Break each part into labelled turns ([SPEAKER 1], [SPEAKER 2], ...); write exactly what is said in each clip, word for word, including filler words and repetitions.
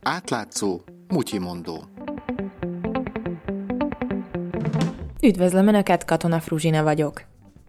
[SPEAKER 1] Átlátszó, mutyimondó.
[SPEAKER 2] Üdvözlöm Önöket, Katona Fruzsina vagyok.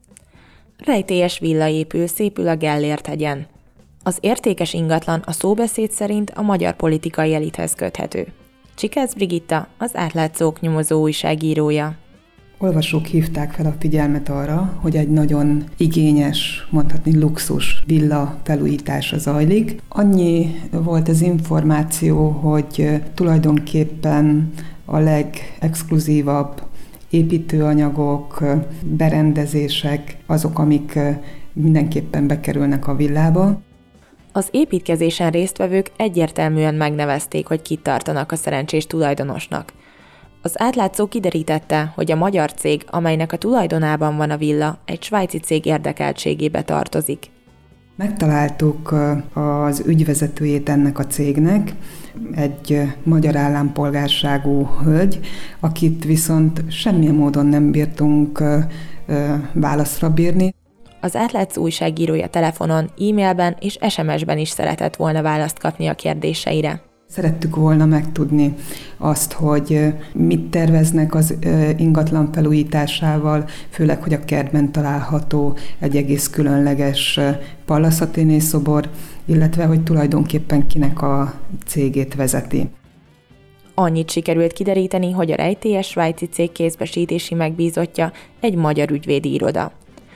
[SPEAKER 2] Rejtélyes villa épül, szépül a Gellért hegyen. Az értékes ingatlan a szóbeszéd szerint a magyar politikai elithez köthető. Csikász Brigitta, az Átlátszók nyomozó újságírója.
[SPEAKER 3] Olvasók hívták fel a figyelmet arra, hogy egy nagyon igényes, mondhatni luxus villa felújítása zajlik. Annyi volt az információ, hogy tulajdonképpen a legexkluzívabb építőanyagok, berendezések azok, amik mindenképpen bekerülnek a villába.
[SPEAKER 2] Az építkezésen résztvevők egyértelműen megnevezték, hogy kit tartanak a szerencsés tulajdonosnak. Az Átlátszó kiderítette, hogy a magyar cég, amelynek a tulajdonában van a villa, egy svájci cég érdekeltségébe tartozik.
[SPEAKER 3] Megtaláltuk az ügyvezetőjét ennek a cégnek, egy magyar állampolgárságú hölgy, akit viszont semmilyen módon nem bírtunk válaszra bírni.
[SPEAKER 2] Az Átlátszó újságírója telefonon, e-mailben és es em es-ben is szeretett volna választ kapni a kérdéseire.
[SPEAKER 3] Szerettük volna megtudni azt, hogy mit terveznek az ingatlan felújításával, főleg, hogy a kertben található egy egész különleges Pallas Athéné szobor, illetve, hogy tulajdonképpen kinek a cégét vezeti.
[SPEAKER 2] Annyit sikerült kideríteni, hogy a rejtélyes svájci cég kézbesítési megbízottja egy magyar ügyvédi iroda.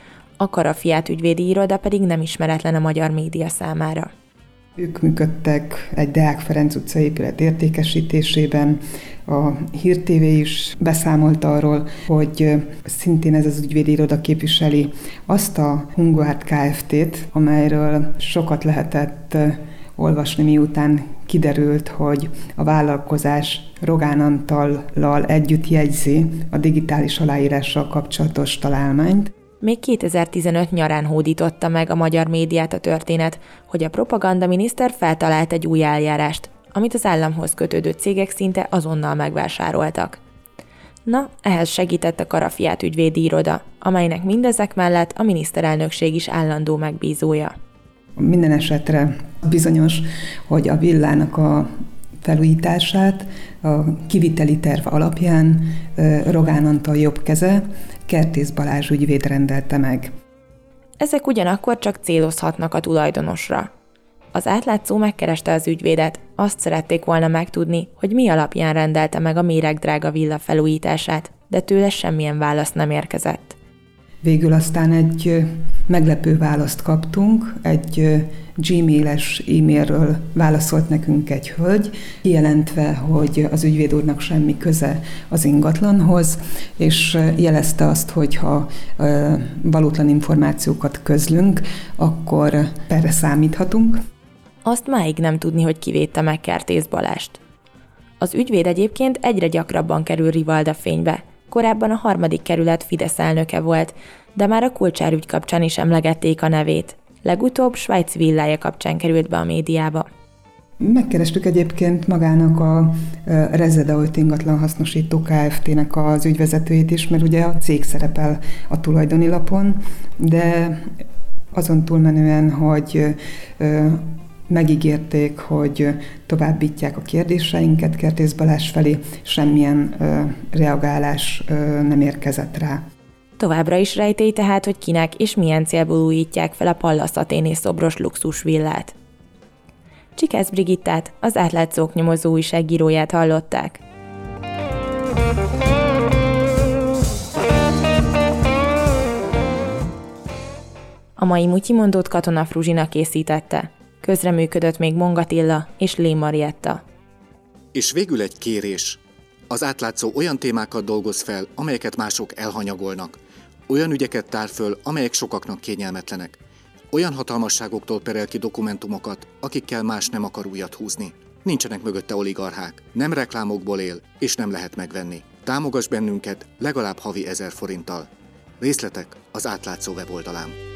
[SPEAKER 2] A Karafiát ügyvédi iroda pedig nem ismeretlen a magyar média számára.
[SPEAKER 3] Ők működtek egy Deák Ferenc utca épület értékesítésében. A Hír té vé is beszámolt arról, hogy szintén ez az ügyvédi iroda képviseli azt a Hunguart Kft-t, amelyről sokat lehetett olvasni, miután kiderült, hogy a vállalkozás Rogán Antallal együtt jegyzi a digitális aláírással kapcsolatos találmányt.
[SPEAKER 2] Még kétezer-tizenöt nyarán hódította meg a magyar médiát a történet, hogy a propagandaminiszter feltalált egy új eljárást, amit az államhoz kötődő cégek szinte azonnal megvásároltak. Na, ehhez segített a Karafiát ügyvédi iroda, amelynek mindezek mellett a miniszterelnökség is állandó megbízója.
[SPEAKER 3] Minden esetre bizonyos, hogy a villának a felújítását a kiviteli terv alapján Rogán Antal jobb keze, Kertész Balázs ügyvéd rendelte meg.
[SPEAKER 2] Ezek ugyanakkor csak célozhatnak a tulajdonosra. Az Átlátszó megkereste az ügyvédet, azt szerették volna megtudni, hogy mi alapján rendelte meg a méregdrága villa felújítását, de tőle semmilyen válasz nem érkezett.
[SPEAKER 3] Végül aztán egy meglepő választ kaptunk, egy gmail-es e-mailről válaszolt nekünk egy hölgy, kijelentve, hogy az ügyvéd úrnak semmi köze az ingatlanhoz, és jelezte azt, hogy ha valótlan információkat közlünk, akkor perre számíthatunk.
[SPEAKER 2] Azt máig nem tudni, hogy ki védte meg Kertész Balást. Az ügyvéd egyébként egyre gyakrabban kerül Rivalda fénybe. Korábban a harmadik kerület Fidesz elnöke volt, de már a Kulcsár ügy kapcsán is emlegették a nevét. Legutóbb svájci villája kapcsán került be a médiába.
[SPEAKER 3] Megkerestük egyébként magának a Rezedault ingatlan hasznosító Kft-nek az ügyvezetőjét is, mert ugye a cég szerepel a tulajdoni lapon, de azon túlmenően, hogy megígérték, hogy továbbítják a kérdéseinket Kertész Balázs felé, semmilyen ö, reagálás ö, nem érkezett rá.
[SPEAKER 2] Továbbra is rejtély tehát, hogy kinek és milyen célból újítják fel a Pallas Athéné szobros luxusvillát. Csikász Brigittát, az Átlátszók nyomozó újságíróját hallották. A mai mutyimondót Katona Fruzsina készítette. Közreműködött még Mongatilla és Lé Marietta.
[SPEAKER 1] És végül egy kérés. Az Átlátszó olyan témákat dolgoz fel, amelyeket mások elhanyagolnak. Olyan ügyeket tár föl, amelyek sokaknak kényelmetlenek. Olyan hatalmasságoktól perel ki dokumentumokat, akikkel más nem akar újat húzni. Nincsenek mögötte oligarchák, nem reklámokból él, és nem lehet megvenni. Támogass bennünket legalább havi ezer forinttal. Részletek az Átlátszó weboldalán.